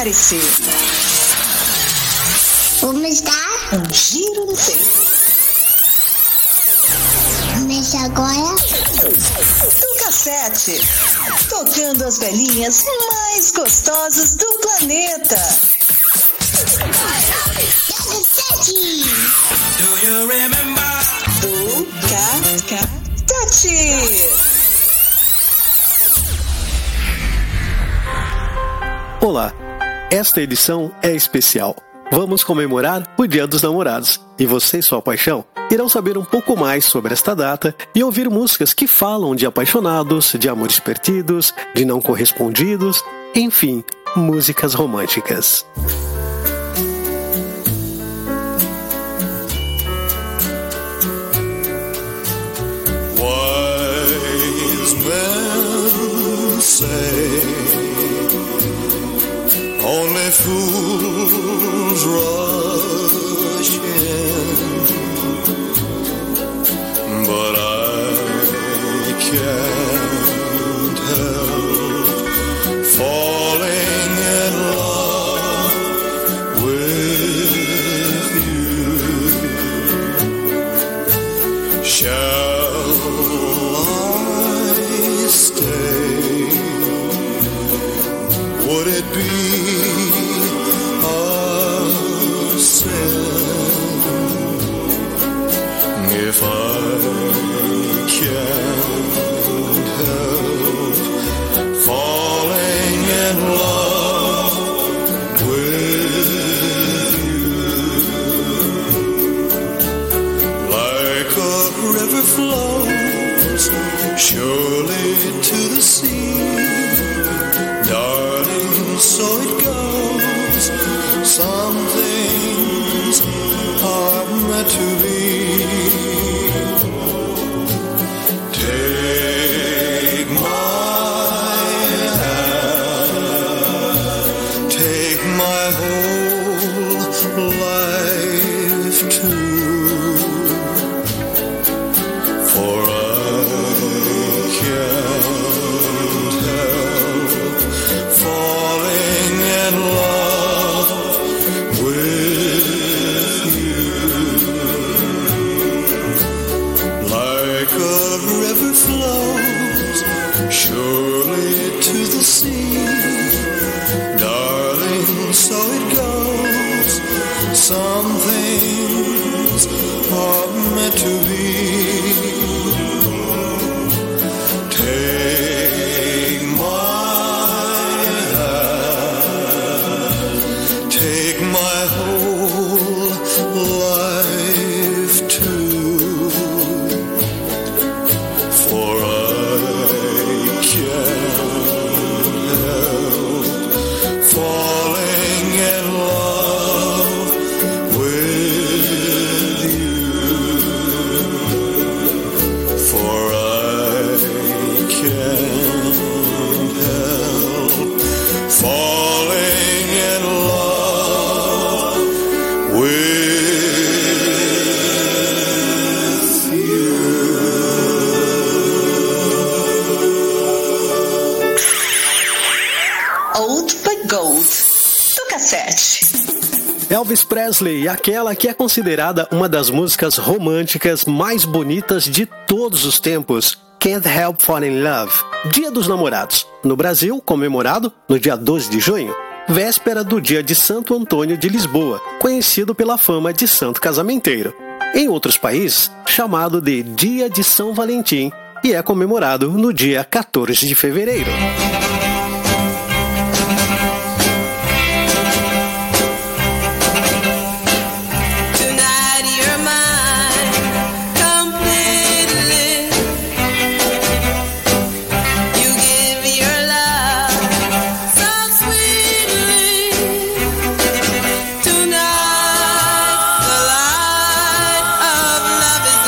Prepare-se. Vamos dar um giro no tempo. Começa agora. Tuca 7. Tocando as velhinhas mais gostosas do planeta. Tuca 7. Do you remember? Tuca 7. Olá, esta edição é especial. Vamos comemorar o Dia dos Namorados. E você e sua paixão irão saber um pouco mais sobre esta data e ouvir músicas que falam de apaixonados, de amores perdidos, de não correspondidos, enfim, músicas românticas. Wise men say only fools rush in, but I can't help falling in love with you. Shall I stay? Would it be if I can't help falling in love with you? Like a river flows surely to the sea, darling, so it goes. Some things are meant to be. Take my hand, take my whole life too, for I can't help falling in love with you. Like a river flows surely to the sea, darling, so it goes. Some things are meant to be. Take my hand, take my whole life too, for I can't help falling in love with you, for I can't help falling in love with you. Old but Gold. Tuca 7. Elvis Presley, aquela que é considerada uma das músicas românticas mais bonitas de todos os tempos. Can't Help Falling in Love. Dia dos Namorados. No Brasil, comemorado no dia 12 de junho, véspera do dia de Santo Antônio de Lisboa, conhecido pela fama de santo casamenteiro. Em outros países, chamado de Dia de São Valentim, e é comemorado no dia 14 de fevereiro.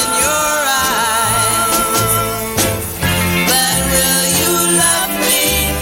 But will you love me?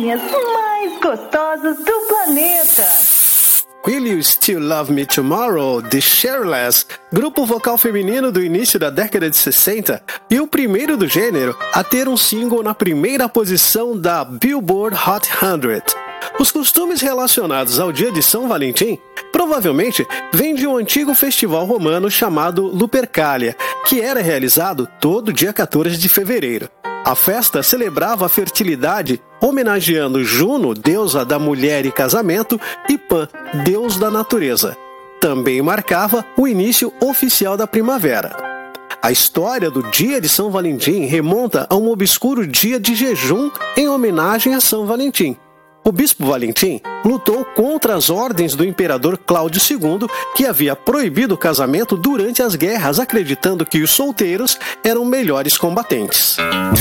gatinhas mais gostosas do planeta. Will You Still Love Me Tomorrow, de Cheryl's, grupo vocal feminino do início da década de 60 e o primeiro do gênero a ter um single na primeira posição da Billboard Hot 100. Os costumes relacionados ao dia de São Valentim provavelmente vêm de um antigo festival romano chamado Lupercalia, que era realizado todo dia 14 de fevereiro. A festa celebrava a fertilidade, homenageando Juno, deusa da mulher e casamento, e Pan, deus da natureza. Também marcava o início oficial da primavera. A história do dia de São Valentim remonta a um obscuro dia de jejum em homenagem a São Valentim. O bispo Valentim lutou contra as ordens do imperador Cláudio II, que havia proibido o casamento durante as guerras, acreditando que os solteiros eram melhores combatentes.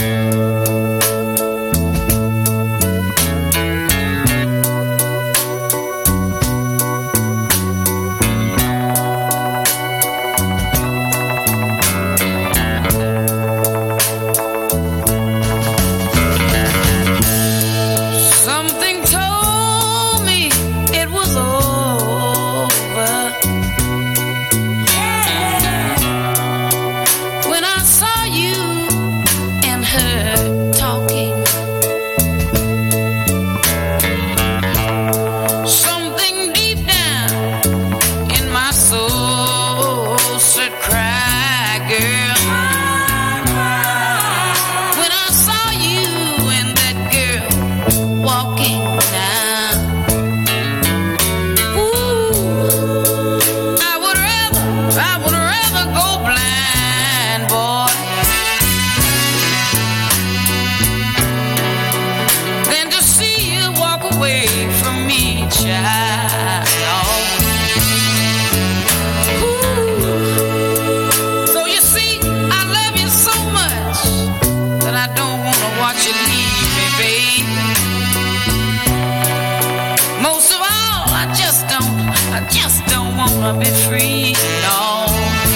Be free, no.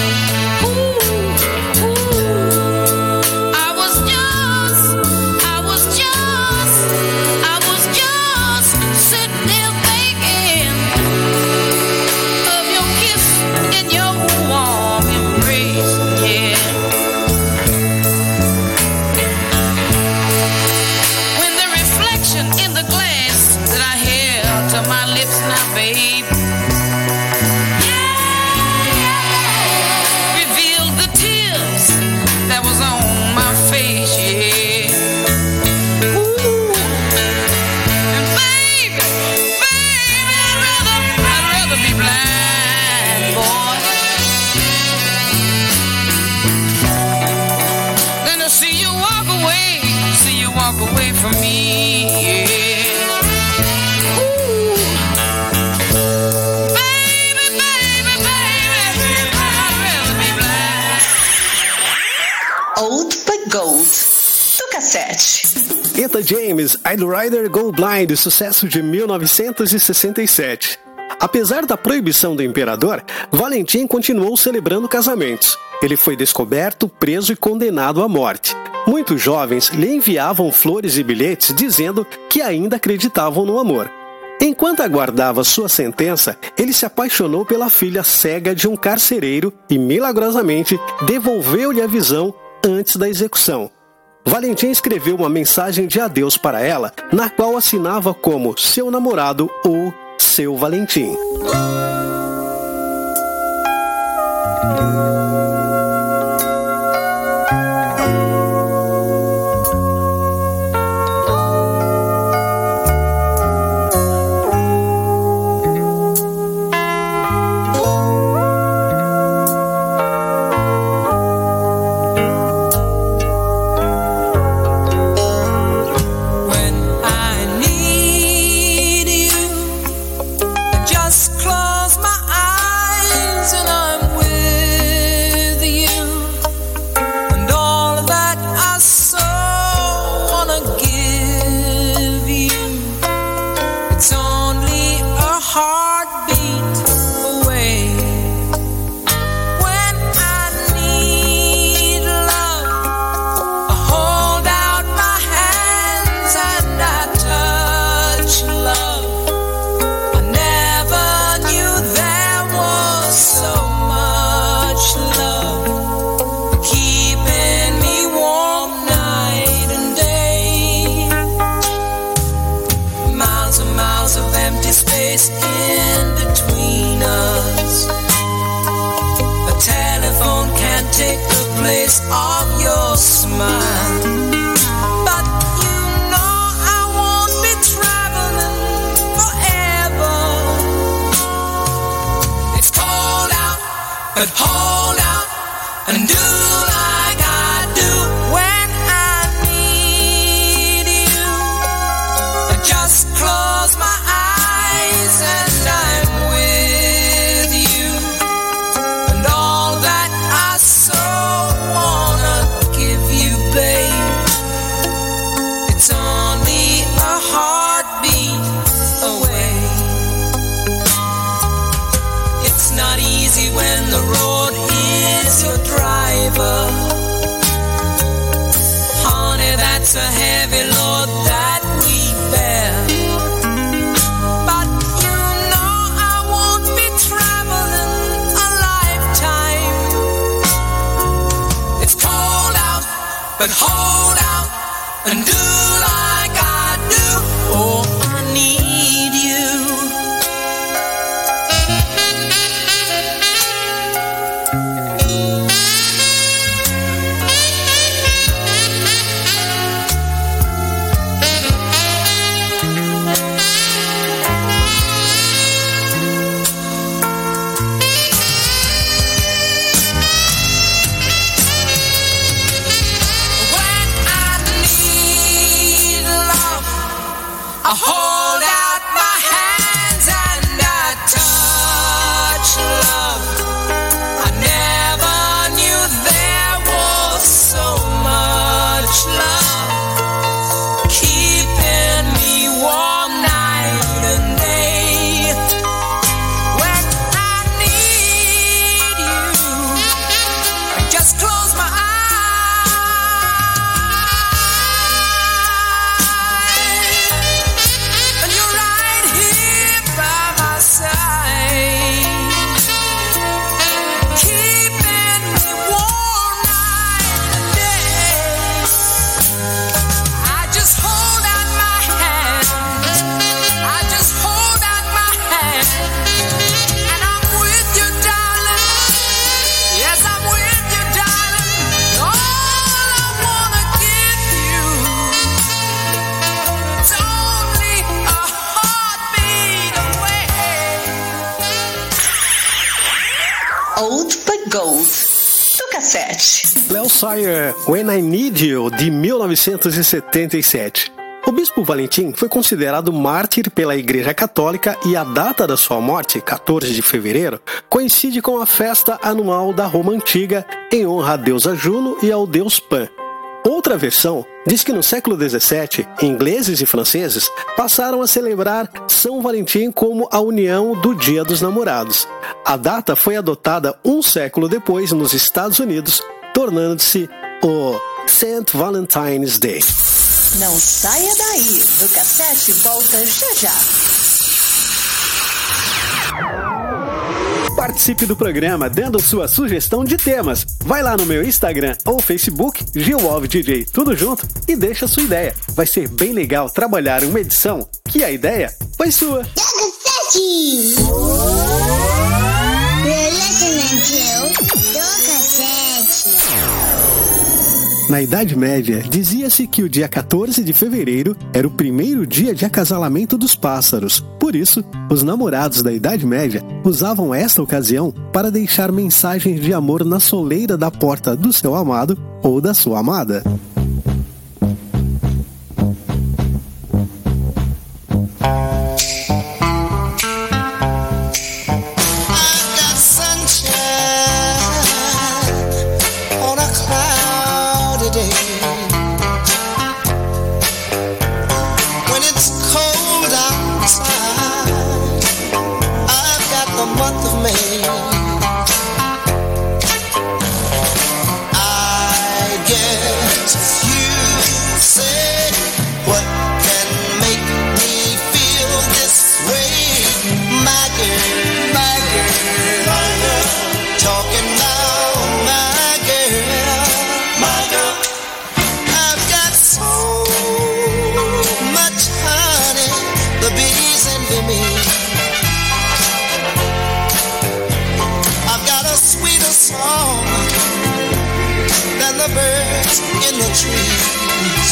I was just sitting there thinking of your kiss and your warm embrace, yeah. When the reflection in the glass that I held to my lips now, babe, away from me, yeah. Ooh. Baby, baby, baby, I'd rather be blind. Old but Gold, do cassete. Etta James, I'd Rather Go Blind, sucesso de 1967. Apesar da proibição do imperador, Valentim continuou celebrando casamentos. Ele foi descoberto, preso e condenado à morte. Muitos jovens lhe enviavam flores e bilhetes dizendo que ainda acreditavam no amor. Enquanto aguardava sua sentença, ele se apaixonou pela filha cega de um carcereiro e, milagrosamente, devolveu-lhe a visão antes da execução. Valentim escreveu uma mensagem de adeus para ela, na qual assinava como seu namorado ou seu Valentim. When I need you, just close take the place of your smile. But you know I won't be traveling forever. It's cold out, but hold out and do like I do when I need you. I just close my eyes and I'm with you. And all that I so wanna give you, babe, it's only a heartbeat away. It's not easy when the road is your driver. Honey, that's a heavy load that we bear. But you know I won't be traveling a lifetime. It's cold out, but hold out and do like I do. Oh, I need you. When I need love, I hold out my hands and I touch love. I never knew there was so much love keeping me warm night and day. When I need you, I just close my eyes and you're right here by my side, keeping me warm night and day. I just hold out my hand, I just hold out my hand, and I'm with you, darling. Yes, I'm with you, darling. All I wanna give you, it's only a heartbeat away. Old but Gold, do cassete. Léo Sayer, When I Need You, de 1977. O Bispo Valentim foi considerado mártir pela Igreja Católica e a data da sua morte, 14 de fevereiro, coincide com a festa anual da Roma Antiga em honra à deusa Juno e ao deus Pan. Outra versão diz que no século XVII, ingleses e franceses passaram a celebrar São Valentim como a união do Dia dos Namorados. A data foi adotada um século depois nos Estados Unidos, tornando-se o St. Valentine's Day. Não saia daí, do cassete volta já já. Participe do programa dando sua sugestão de temas. Vai lá no meu Instagram ou Facebook, GilWolfDJ, tudo junto, e deixa sua ideia. Vai ser bem legal trabalhar uma edição que a ideia foi sua. Do cassete. You're listening to Do Cassete. Na Idade Média, dizia-se que o dia 14 de fevereiro era o primeiro dia de acasalamento dos pássaros. Por isso, os namorados da Idade Média usavam esta ocasião para deixar mensagens de amor na soleira da porta do seu amado ou da sua amada. I guess the birds in the trees.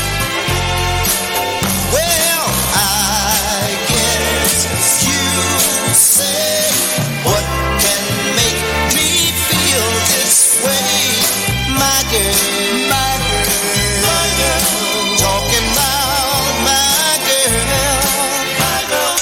Well, I guess you say, what can make me feel this way, my girl, my girl, my girl, talking about my girl, my girl.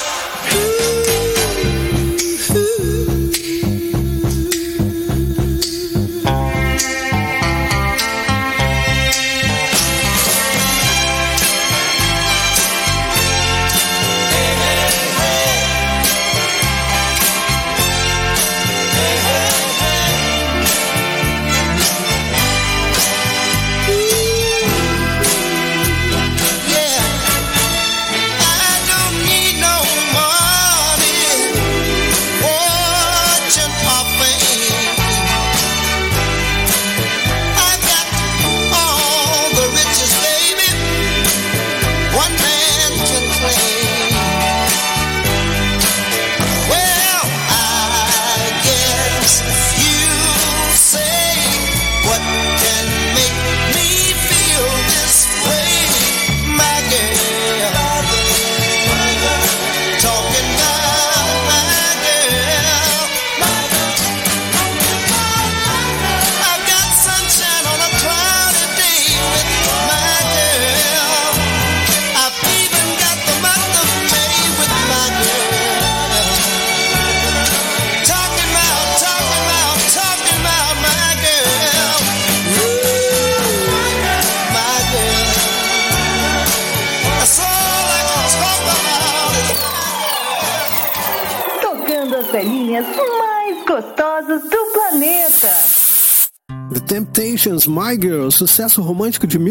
Velhinhas mais gostosas do planeta. The Temptations' My Girl, sucesso romântico de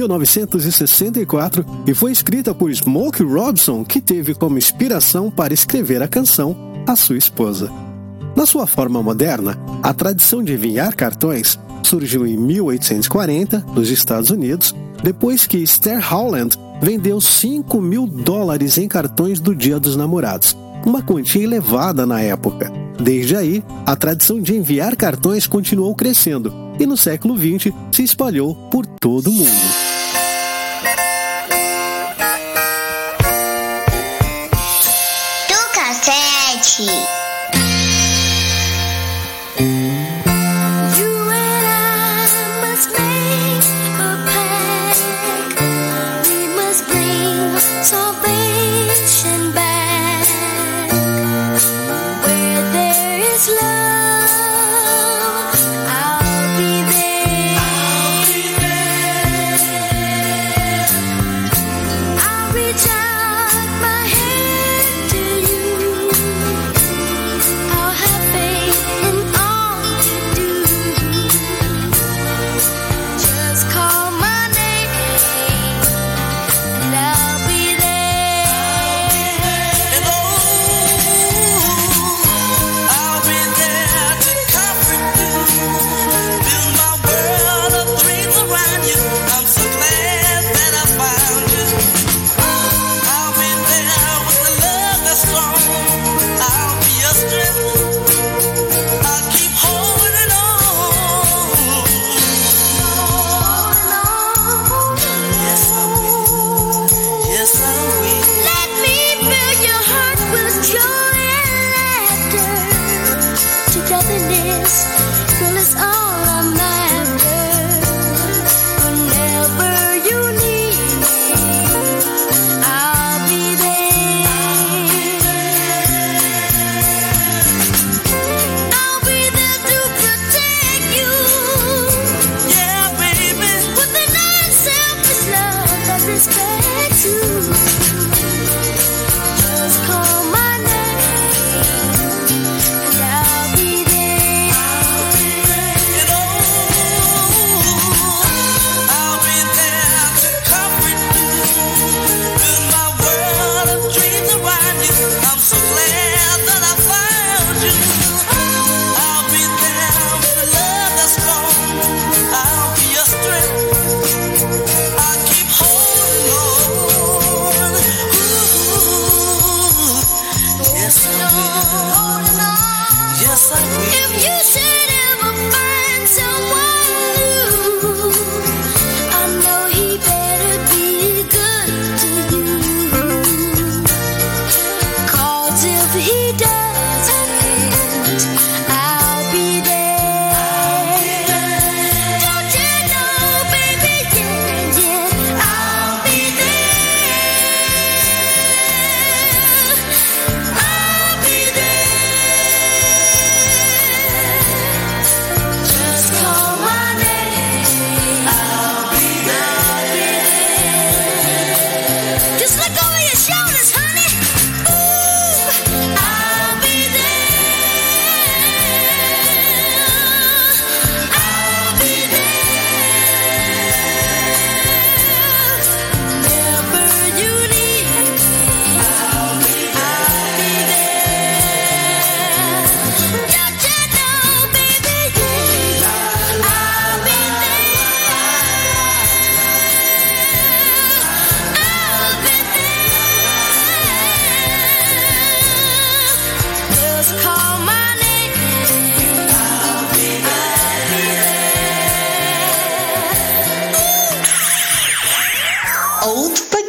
1964, e foi escrita por Smokey Robinson, que teve como inspiração para escrever a canção a sua esposa. Na sua forma moderna, a tradição de enviar cartões surgiu em 1840, nos Estados Unidos, depois que Esther Howland vendeu $5.000 em cartões do Dia dos Namorados, uma quantia elevada na época. Desde aí, a tradição de enviar cartões continuou crescendo e no século XX se espalhou por todo o mundo. Do cassete.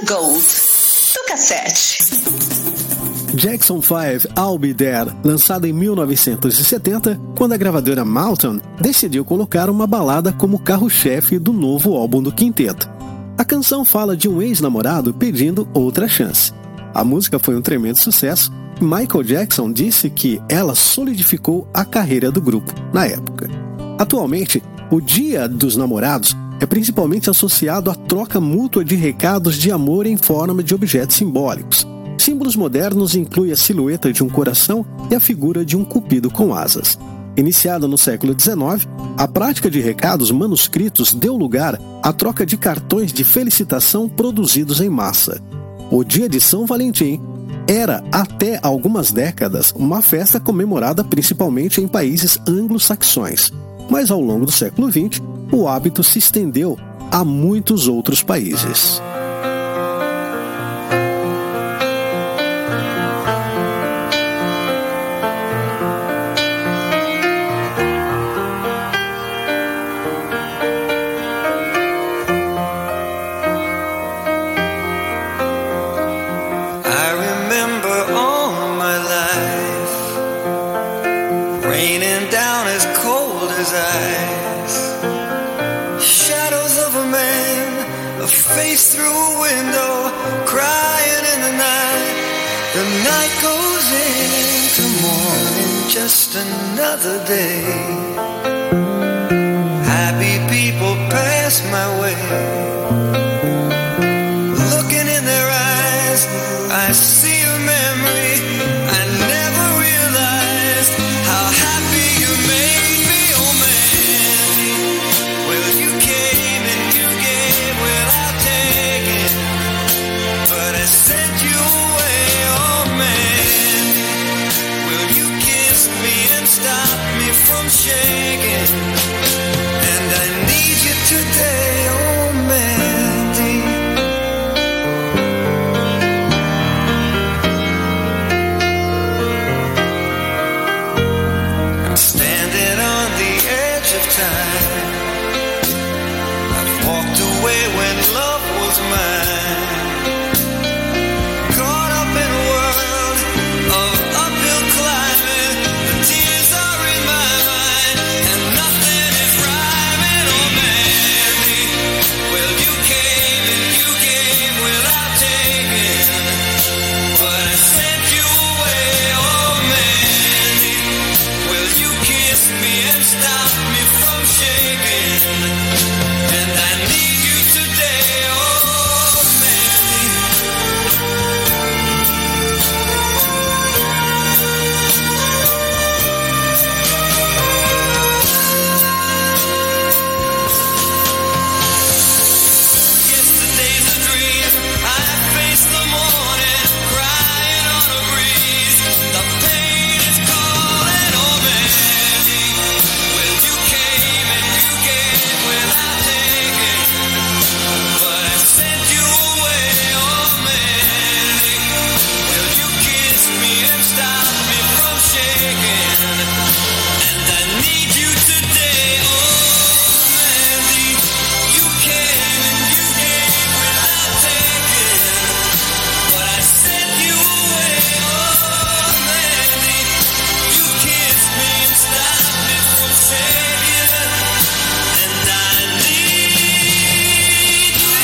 Gold, do cassete. Jackson 5, I'll Be There, lançado em 1970, quando a gravadora Mountain decidiu colocar uma balada como carro-chefe do novo álbum do quinteto. A canção fala de um ex-namorado pedindo outra chance. A música foi um tremendo sucesso e Michael Jackson disse que ela solidificou a carreira do grupo na época. Atualmente, o Dia dos Namorados é principalmente associado à troca mútua de recados de amor em forma de objetos simbólicos. Símbolos modernos incluem a silhueta de um coração e a figura de um cupido com asas. Iniciada no século XIX, a prática de recados manuscritos deu lugar à troca de cartões de felicitação produzidos em massa. O Dia de São Valentim era, até algumas décadas, uma festa comemorada principalmente em países anglo-saxões. Mas ao longo do século XX, o hábito se estendeu a muitos outros países. Through a window, crying in the night. The night goes into morning, just another day. Happy people pass my way. Looking in their eyes, I see a memory. I never realized how happy you made me, oh man. Well, you came and you gave without taking, but I sent you away, oh man. Will you kiss me and stop me from shaking? And I need you today, oh Mandy. I'm standing on the edge of time. I've walked away when love was mine. Caught up in a world of uphill climbing. The tears are in my mind and nothing is rhyming, oh Mandy. Well, you came and you gave without taking, but I sent you away, oh Mandy. Will you kiss me and stop me from shaking? And I need you today, oh Mandy. Yesterday's a dream. I face the morning, crying on a breeze. The pain is calling, oh Mandy. Well, you came and you gave without taking, but I sent you away, oh Mandy. Will you kiss me and stop me from shaking? And I need you today, oh Mandy. You came and you gave without taking, but I sent you away, oh Mandy. You kissed me and stopped me from shaking, and I need you.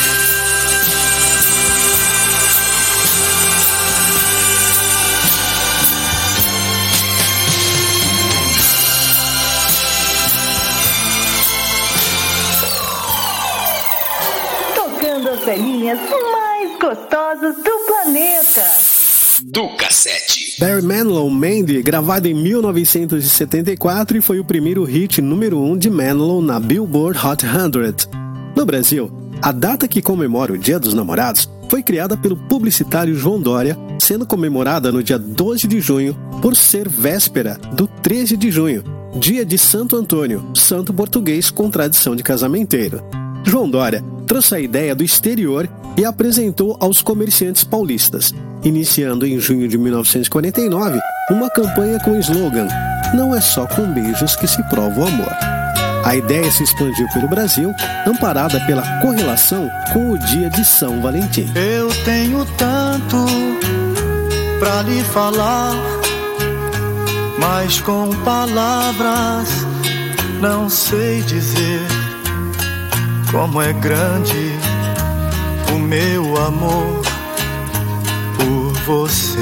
Tocando as velhinhas mais gostosas do planeta. Do cassete. Barry Manilow, Mandy, gravado em 1974 e foi o primeiro hit número 1 de Manilow na Billboard Hot 100. No Brasil, a data que comemora o Dia dos Namorados foi criada pelo publicitário João Dória, sendo comemorada no dia 12 de junho por ser véspera do 13 de junho, dia de Santo Antônio, santo português com tradição de casamenteiro. João Dória trouxe a ideia do exterior e apresentou aos comerciantes paulistas, iniciando em junho de 1949 uma campanha com o slogan: "Não é só com beijos que se prova o amor". A ideia se expandiu pelo Brasil, amparada pela correlação com o dia de São Valentim. Eu tenho tanto pra lhe falar, mas com palavras não sei dizer como é grande o meu amor por você.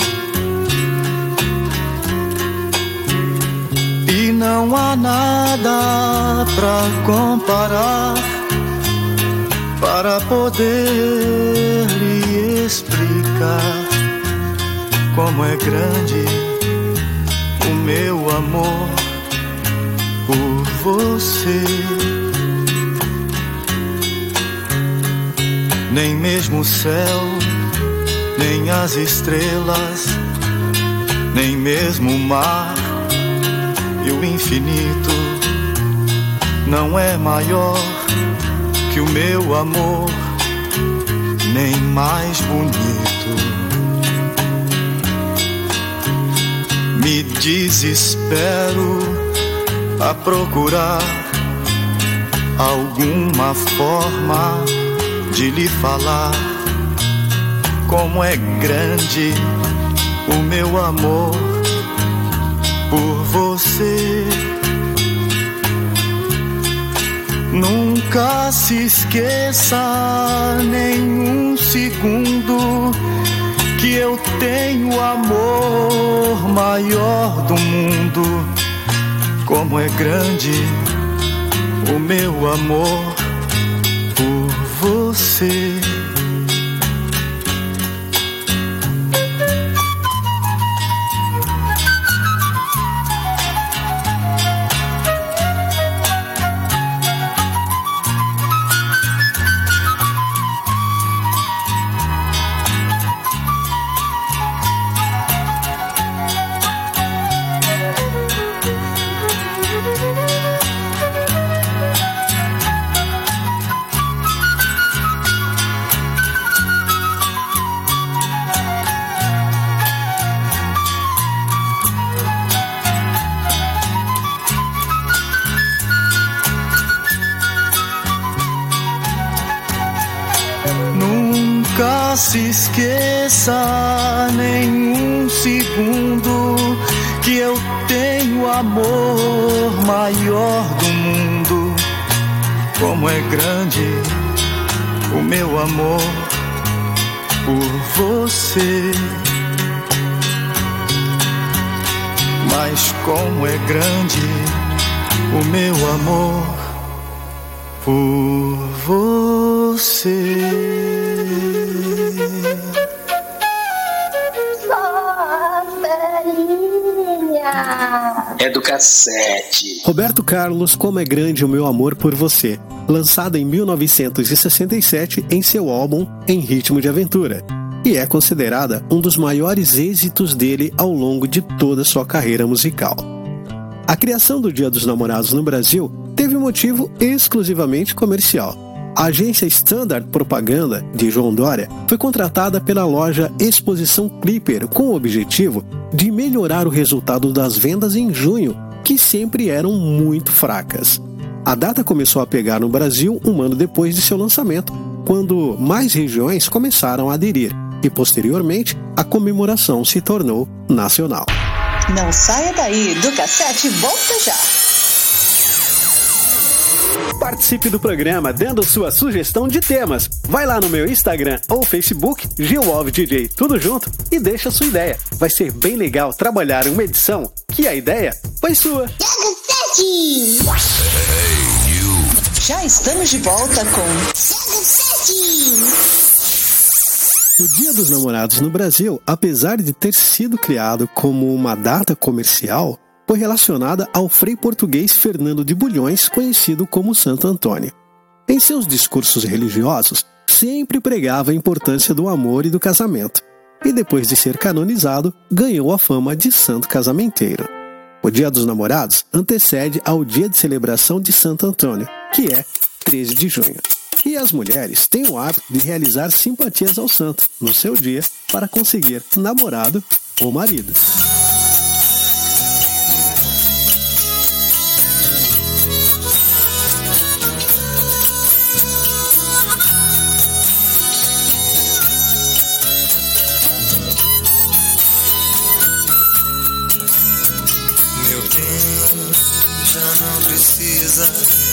E não há nada pra comparar para poder lhe explicar como é grande o meu amor por você. Nem mesmo o céu, nem as estrelas, nem mesmo o mar e o infinito não é maior que o meu amor, nem mais bonito. Me desespero a procurar alguma forma de lhe falar como é grande o meu amor por você. Nunca se esqueça nem um segundo que eu tenho o amor maior do mundo. Como é grande o meu amor por você. Nunca se esqueça nem um segundo que eu tenho o amor maior do mundo. Como é grande o meu amor por você. Mas como é grande o meu amor por você. É do cassete. Roberto Carlos, Como é Grande o Meu Amor por Você, lançada em 1967 em seu álbum Em Ritmo de Aventura, e é considerada um dos maiores êxitos dele ao longo de toda sua carreira musical. A criação do Dia dos Namorados no Brasil teve um motivo exclusivamente comercial. A agência Standard Propaganda, de João Dória, foi contratada pela loja Exposição Clipper com o objetivo de melhorar o resultado das vendas em junho, que sempre eram muito fracas. A data começou a pegar no Brasil um ano depois de seu lançamento, quando mais regiões começaram a aderir, e posteriormente a comemoração se tornou nacional. Não saia daí, do cassete volta já. Participe do programa dando sua sugestão de temas. Vai lá no meu Instagram ou Facebook, GilWolfDJ, tudo junto, e deixa a sua ideia. Vai ser bem legal trabalhar em uma edição que a ideia foi sua. Já estamos de volta com O Dia dos Namorados no Brasil, apesar de ter sido criado como uma data comercial, foi relacionada ao frei português Fernando de Bulhões, conhecido como Santo Antônio. Em seus discursos religiosos, sempre pregava a importância do amor e do casamento, e depois de ser canonizado, ganhou a fama de santo casamenteiro. O Dia dos Namorados antecede ao dia de celebração de Santo Antônio, que é 13 de junho. E as mulheres têm o hábito de realizar simpatias ao santo no seu dia para conseguir namorado ou marido.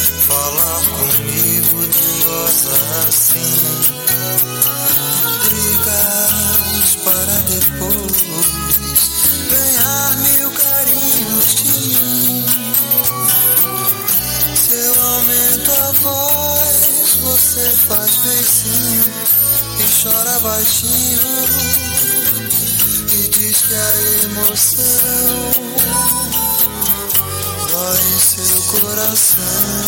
falar comigo não goza assim. Brigas para depois ganhar 1000 carinhos de mim. Se eu aumento a voz, você faz beicinho e chora baixinho e diz que a emoção dói em seu coração.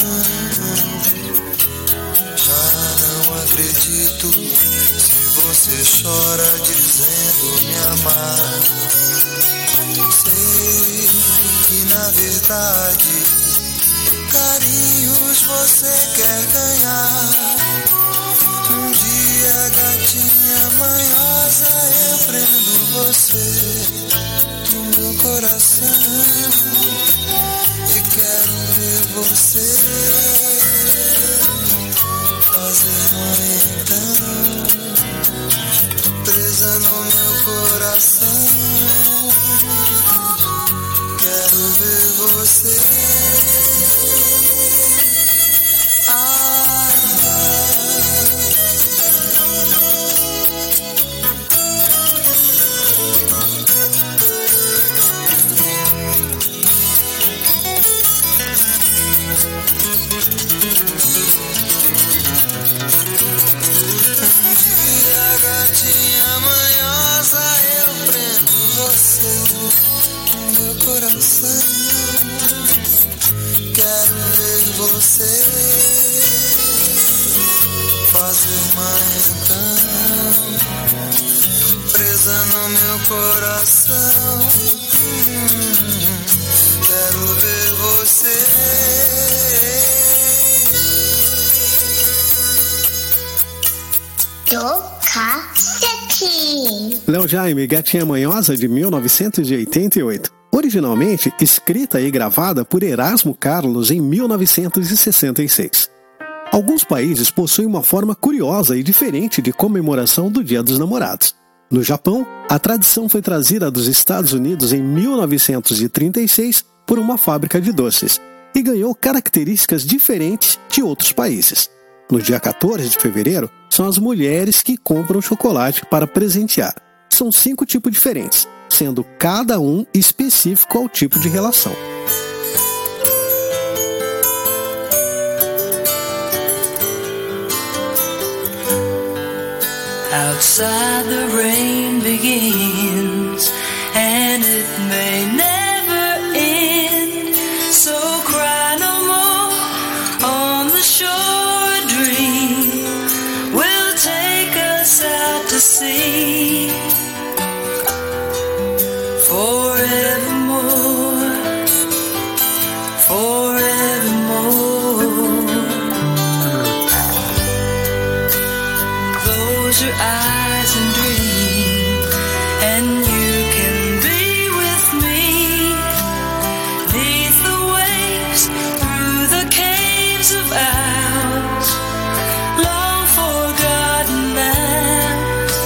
Já não acredito se você chora dizendo me amar. Sei que na verdade carinhos você quer ganhar. Um dia, gatinha manhosa, eu prendo você no meu coração e quero ver você fazer mãe então, presa no meu coração. Quero ver você. Quero ver você fazer mãe então, presa no meu coração. Quero ver você. Do Cassete. Léo Jaime, Gatinha Manhosa, de 1988. Originalmente escrita e gravada por Erasmo Carlos em 1966. Alguns países possuem uma forma curiosa e diferente de comemoração do Dia dos Namorados. No Japão, a tradição foi trazida dos Estados Unidos em 1936 por uma fábrica de doces e ganhou características diferentes de outros países. No dia 14 de fevereiro, são as mulheres que compram chocolate para presentear. São 5 tipos diferentes, sendo cada um específico ao tipo de relação. Outside the rain begins and it may never end, so cry no more on the shore. A dream will take us out to sea forevermore, forevermore. Close your eyes and dream, and you can be with me. Neath the waves, through the caves of ours, long forgotten now.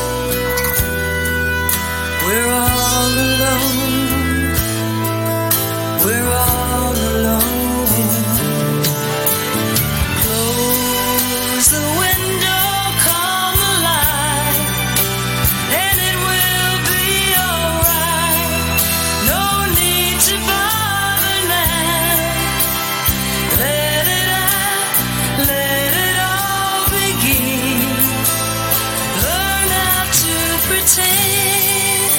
We're all alone, we're all alone. Close the window, calm the light, and it will be alright. No need to bother now. Let it out, let it all begin. Learn how to pretend.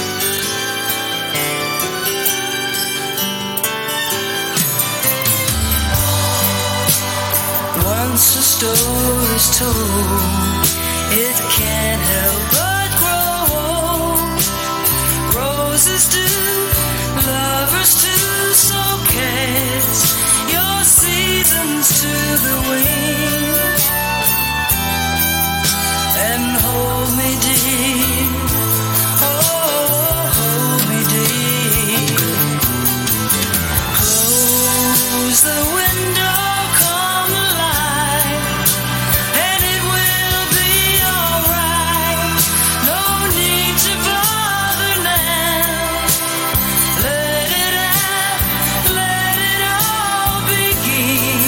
Once a story's told, it can't help but grow. Roses do, lovers too, so cast your seasons to the wind and hold me dear, oh, hold me dear. Close the window, calm the light, and it will be alright. No need to bother now. Let it out, let it all begin.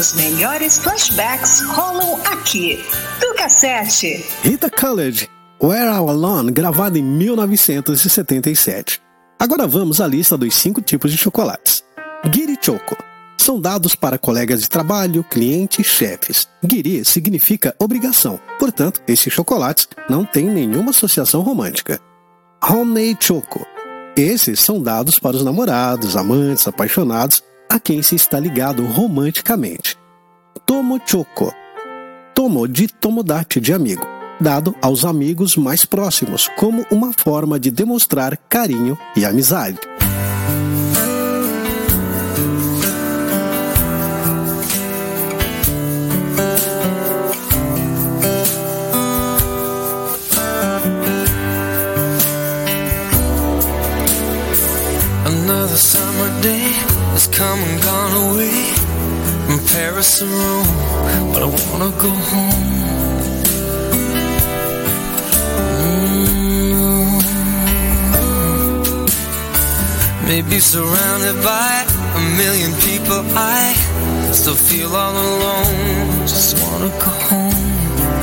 Os melhores flashbacks rolam aqui, do cassete. Rita Coolidge, We're All Alone, gravada em 1977. Agora vamos à lista dos 5 tipos de chocolates. Giri Choco. São dados para colegas de trabalho, clientes e chefes. Giri significa obrigação, portanto, esses chocolates não têm nenhuma associação romântica. Honey Choco. Esses são dados para os namorados, amantes, apaixonados, a quem se está ligado romanticamente. Tomo Choco. Tomo de tomodachi, de amigo, dado aos amigos mais próximos, como uma forma de demonstrar carinho e amizade. Another summer day has come and gone away from Paris and Rome, but I wanna go home. Maybe surrounded by a million people, I still feel all alone. Just wanna go home.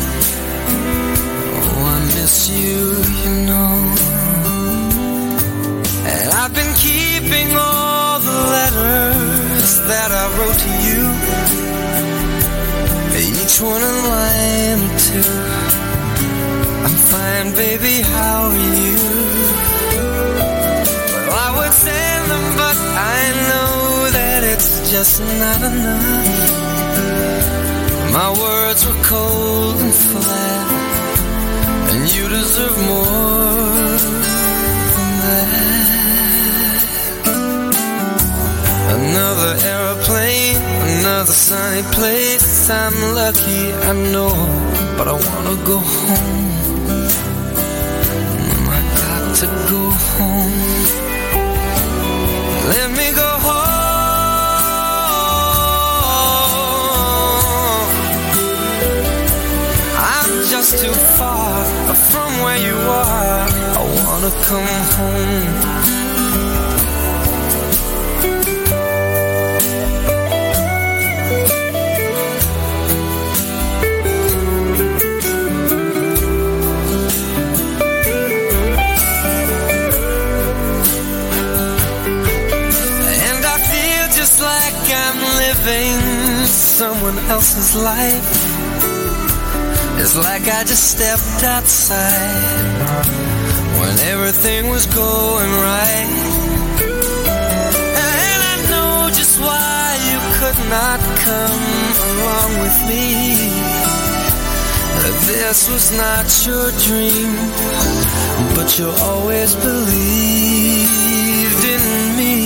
Oh, I miss you, you know. And I've been keeping all the letters that I wrote to you, each one a line or two. I'm fine, baby, how are you? Well, I would send them, but I know that it's just not enough. My words were cold and flat, and you deserve more than that. Another aeroplane, another sunny place. I'm lucky, I know, but I wanna go home. I got to go home. Let me go home. I'm just too far from where you are. I wanna come home. Someone else's life. It's like I just stepped outside when everything was going right. And I know just why you could not come along with me. This was not your dream, but you always believed in me.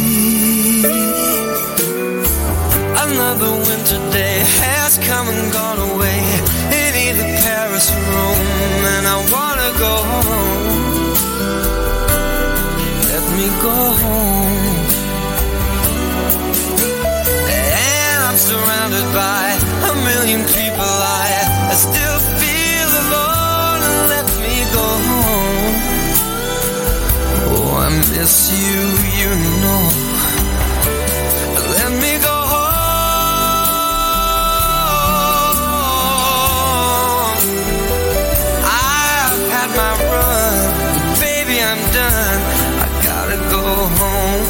Another winter day has come and gone away in either Paris or Rome, and I wanna go home. Let me go home. And I'm surrounded by a million people. I still feel alone, and let me go home. Oh, I miss you, you know. Let me go home. My run, baby, I'm done. I gotta go home.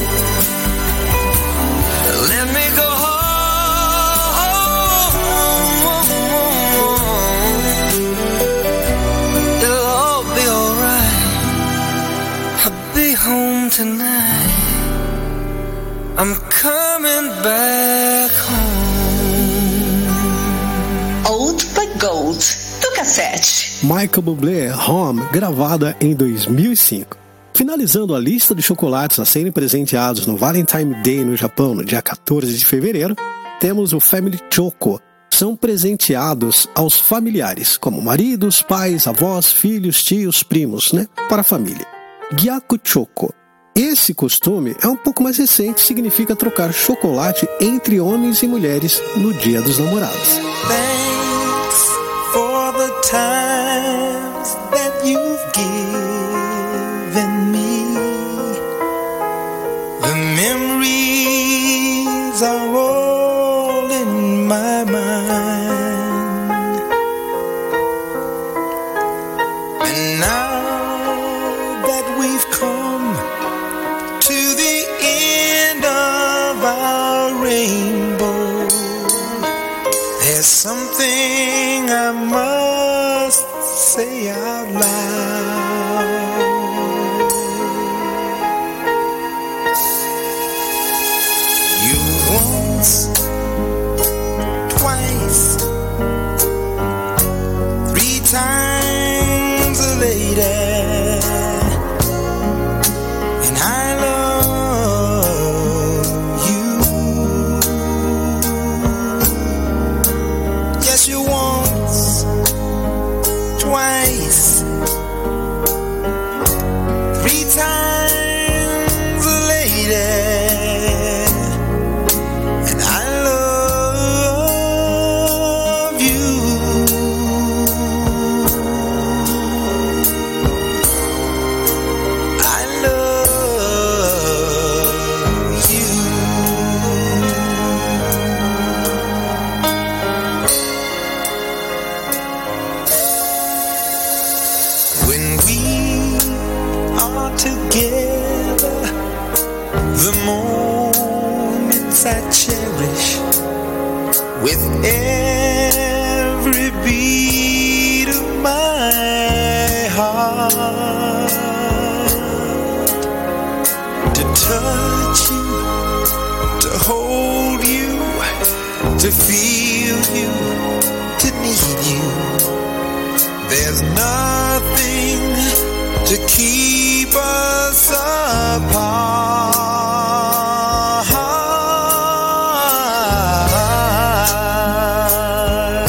Let me go home. It'll all be alright. I'll be home tonight. I'm coming back home. Old but Gold, do cassete. Michael Bublé, Home, gravada em 2005. Finalizando a lista de chocolates a serem presenteados no Valentine Day no Japão, no dia 14 de fevereiro, temos o Family Choco. São presenteados aos familiares, como maridos, pais, avós, filhos, tios, primos, para a família. Gyaku Choco. Esse costume é um pouco mais recente, significa trocar chocolate entre homens e mulheres no Dia dos Namorados. Thanks for the times that you've given me. The memories are all in that we've come to the end of our rainbow. There's something I must say out loud. You once, twice, three times a lady, and I love you. Yes, you once, twice, three times a lady, and I love you. I love you. When we are together, the moments I cherish with every beat of my heart. To touch you, to hold you, to feel you, to need you. There's nothing to keep us apart.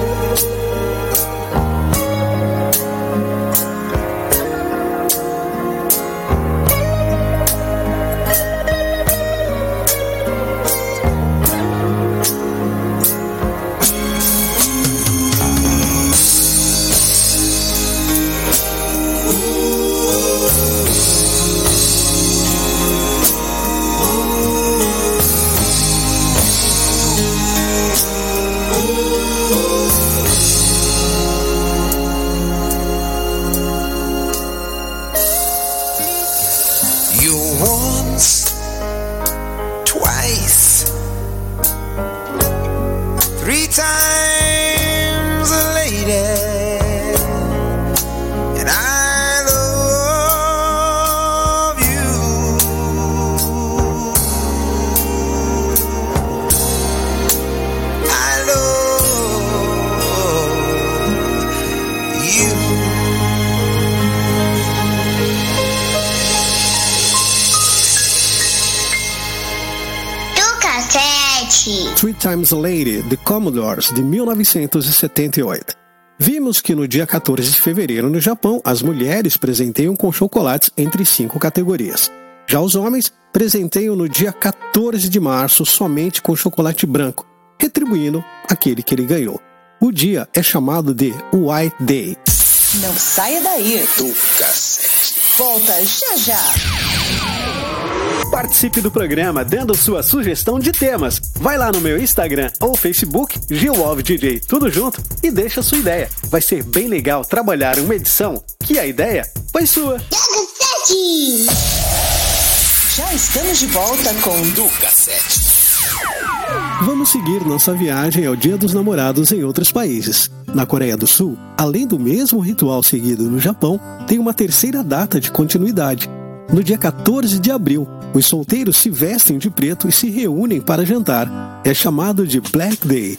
You once, twice, three times a lady, and I love you. I love you. Do cassete. Three Times a Lady, The Commodores, de 1978. Vimos que no dia 14 de fevereiro, no Japão, as mulheres presenteiam com chocolates entre 5 categorias. Já os homens presenteiam no dia 14 de março somente com chocolate branco, retribuindo aquele que ele ganhou. O dia é chamado de White Day. Não saia daí. Do Cassete. Volta já já. Participe do programa dando sua sugestão de temas. Vai lá no meu Instagram ou Facebook, GilWolfDJ, tudo junto, e deixa sua ideia. Vai ser bem legal trabalhar uma edição que a ideia foi sua. Do cassete. Já estamos de volta com Do Cassete. Vamos seguir nossa viagem ao Dia dos Namorados em outros países. Na Coreia do Sul, além do mesmo ritual seguido no Japão, tem uma terceira data de continuidade. No dia 14 de abril, os solteiros se vestem de preto e se reúnem para jantar. É chamado de Black Day.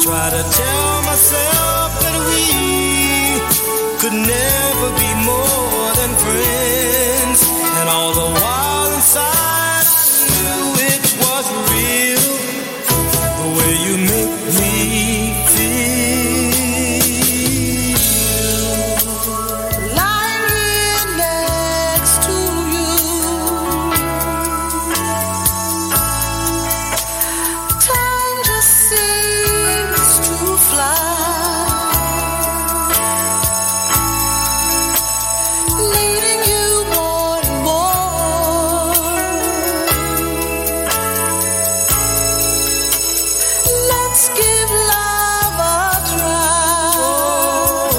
try to tell myself that we could never be more than friends, and all the while inside I knew it was real, the way you make me feel. Lying here next to you, time just seems to fly. Needing you more and more. Let's give love a try.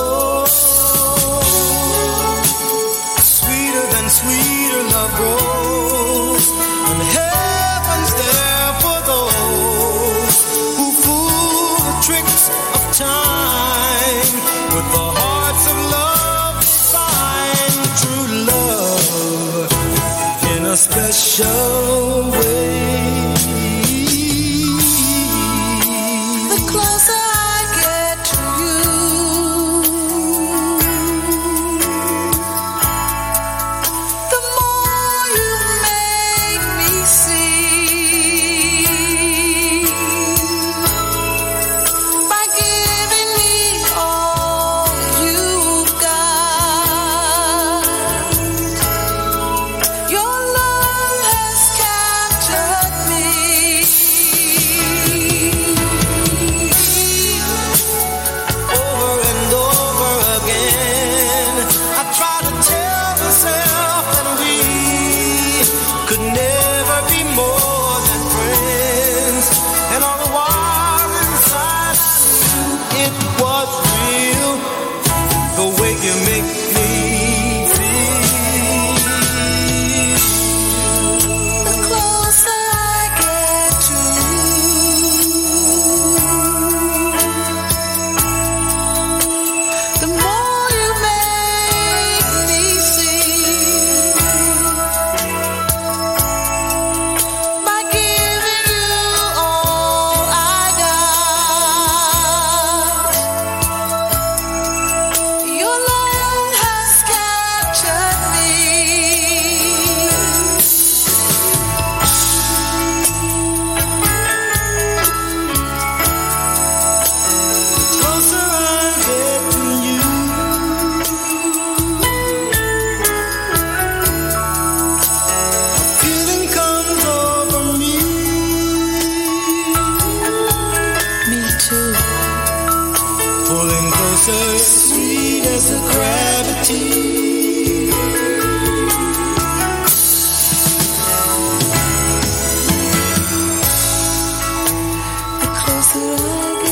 Sweeter than sweeter love grows, and heaven's there for those who fool the tricks of time. With the hearts of love, find true love in a special way. The closer I get to you, the more you make me see. By giving me all you've got, your love has captured me. Over and over again, I try to tell myself that we could never be more than friends, and all the while inside I knew it was real, the way you make me feel. The closer I get to you, the more you make me see. By giving you all I got, your love has captured me. Closer I get to you, feeling comes over me. Me too. Pulling closer, sweet as a gravity. The closer I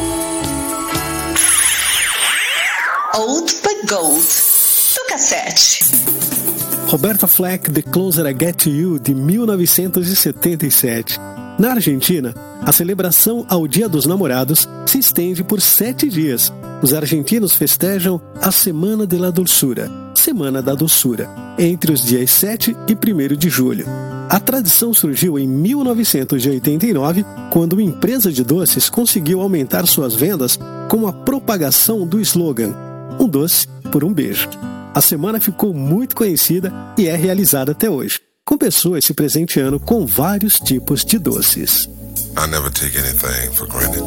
get. Old but Gold, do cassete. Roberta Flack, The Closer I Get to You, de 1977. Na Argentina, a celebração ao Dia dos Namorados se estende por 7 dias. Os argentinos festejam a Semana de la Dulzura, Semana da Doçura, entre os dias 7 e 1º de julho. A tradição surgiu em 1989, quando uma empresa de doces conseguiu aumentar suas vendas com a propagação do slogan "Um doce por um beijo". A semana ficou muito conhecida e é realizada até hoje, com pessoas se presenteando com vários tipos de doces. I never take anything for granted.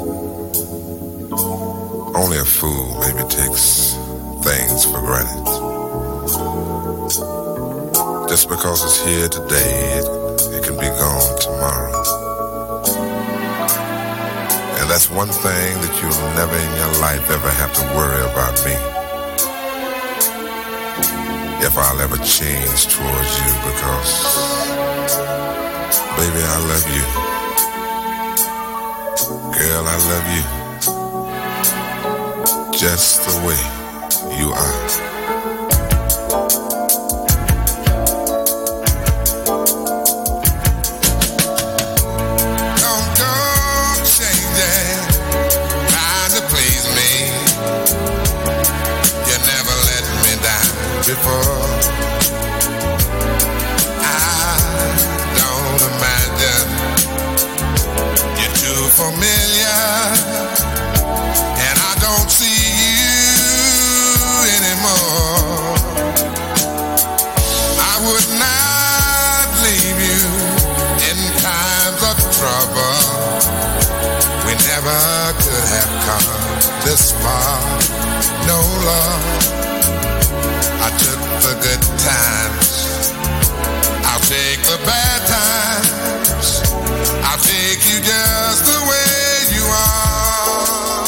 Only a fool maybe takes things for granted. Just because it's here today, it can be gone tomorrow. And that's one thing that you'll never in your life ever have to worry about me. If I'll ever change towards you, because baby, I love you. Girl, I love you just the way you are. Don't change it, trying to please me. You never let me down before. I don't imagine you're too familiar trouble. We never could have come this far. No love. I took the good times. I'll take the bad times. I'll take you just the way you are.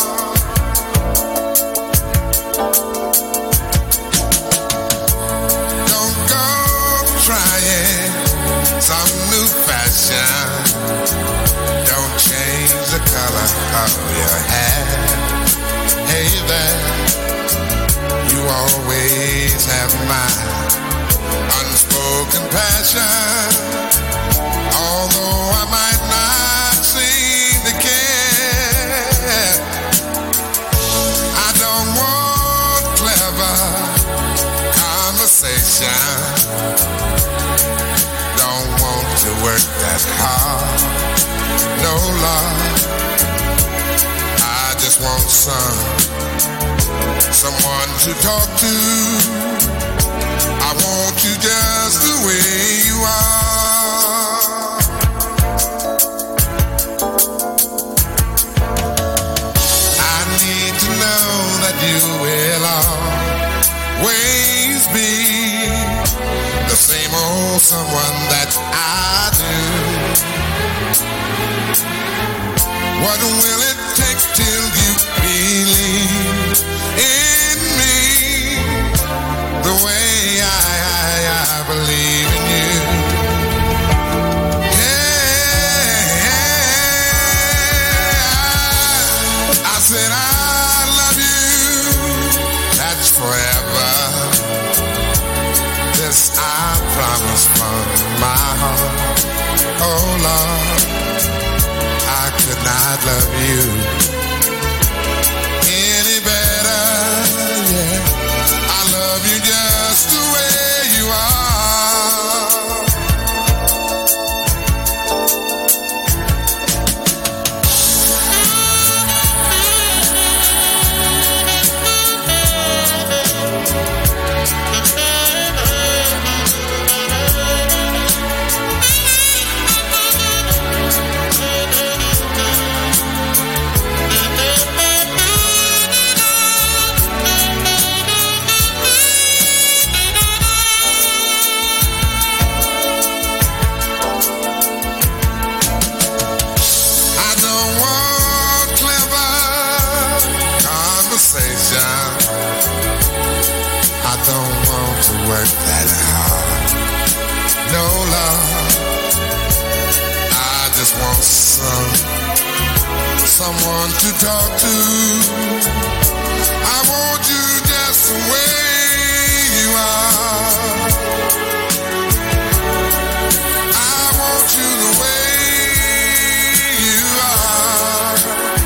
Don't go trying some new fashion. Don't change the color of your hair. Hey there, you always have my unspoken passion. Although I might not seem to care, I don't want clever conversation. Don't want to work that hard. No love. I just want someone to talk to. I want you just the way you are. I need to know that you will always be the same old someone that I do. What will it take till you believe in me the way I believe in you? Yeah, I said I love you, that's forever. This I promise from my heart. Oh Lord, I could not love you any better, yeah. I love you just the way you are. Work that hard. No love. I just want someone to talk to. I want you just the way you are. I want you the way you are.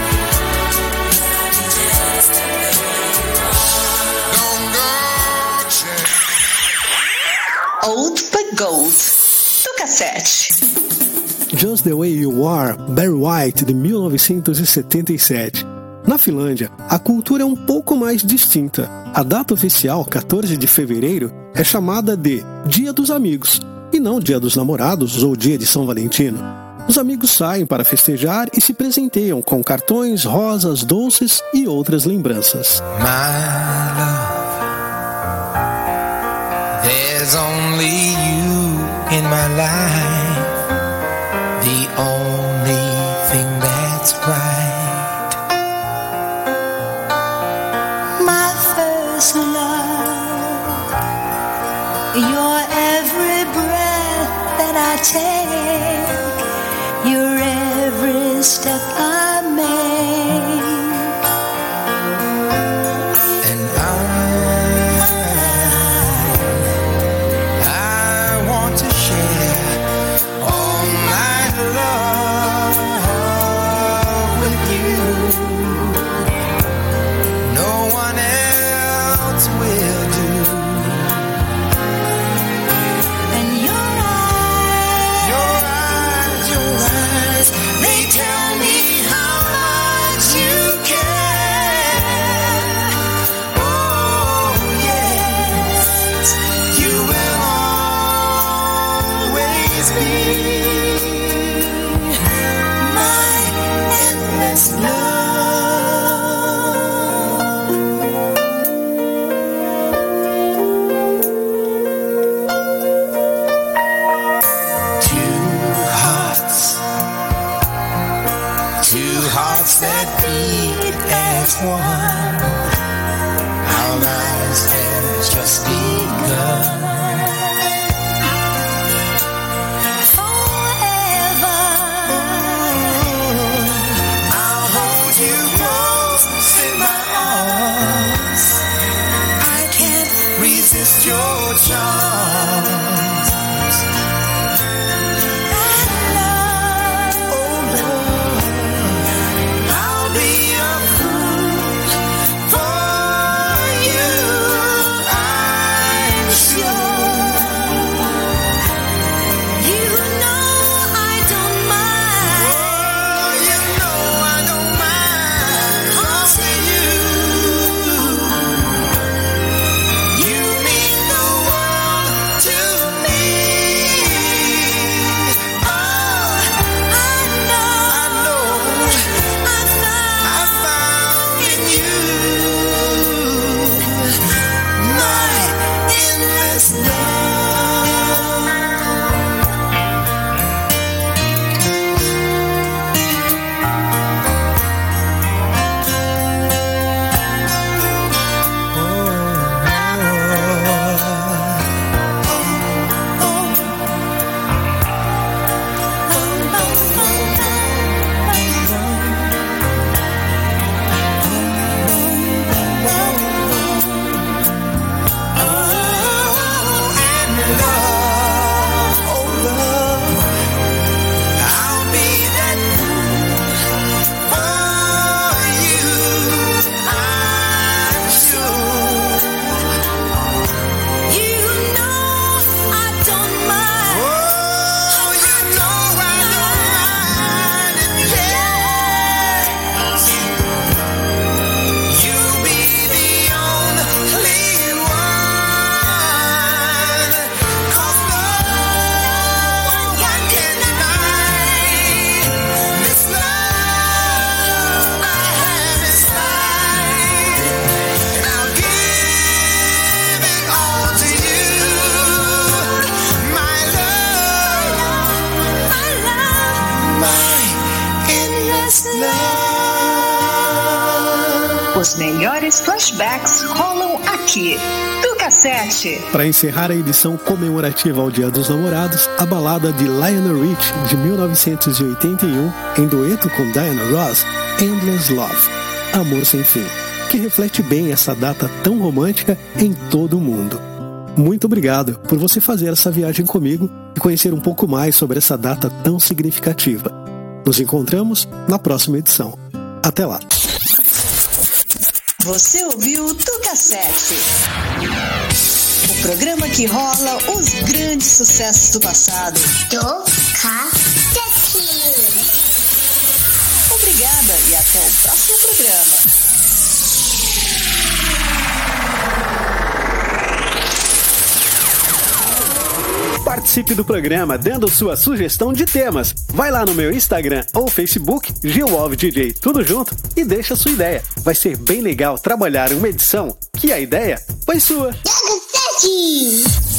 Don't go change. Old but Gold, do cassete. Just the Way You Are, Barry White, de 1977. Na Finlândia, a cultura é um pouco mais distinta. A data oficial, 14 de fevereiro, é chamada de Dia dos Amigos, e não Dia dos Namorados ou Dia de São Valentino. Os amigos saem para festejar e se presenteiam com cartões, rosas, doces e outras lembranças. My love, there's only you in my life, the only thing that's right. My first love, your every breath that I take, your every step I make. And I want to share all my love with you. No one else will do. And your eyes, they tell me how endless Two hearts that beat as one. Our lives have just begun. Forever, I'll hold you close in my arms. I can't resist your charms. Os melhores flashbacks rolam aqui, do Cassete. Para encerrar a edição comemorativa ao Dia dos Namorados, a balada de Lionel Richie, de 1981, em dueto com Diana Ross, Endless Love, Amor Sem Fim, que reflete bem essa data tão romântica em todo o mundo. Muito obrigado por você fazer essa viagem comigo e conhecer um pouco mais sobre essa data tão significativa. Nos encontramos na próxima edição. Até lá! Você ouviu Do Cassete, o programa que rola os grandes sucessos do passado. Do Cassete. Obrigada e até o próximo programa. Participe do programa dando sua sugestão de temas. Vai lá no meu Instagram ou Facebook, GilWolfDJ, tudo junto, e deixa a sua ideia. Vai ser bem legal trabalhar uma edição que a ideia foi sua. Do Cassete.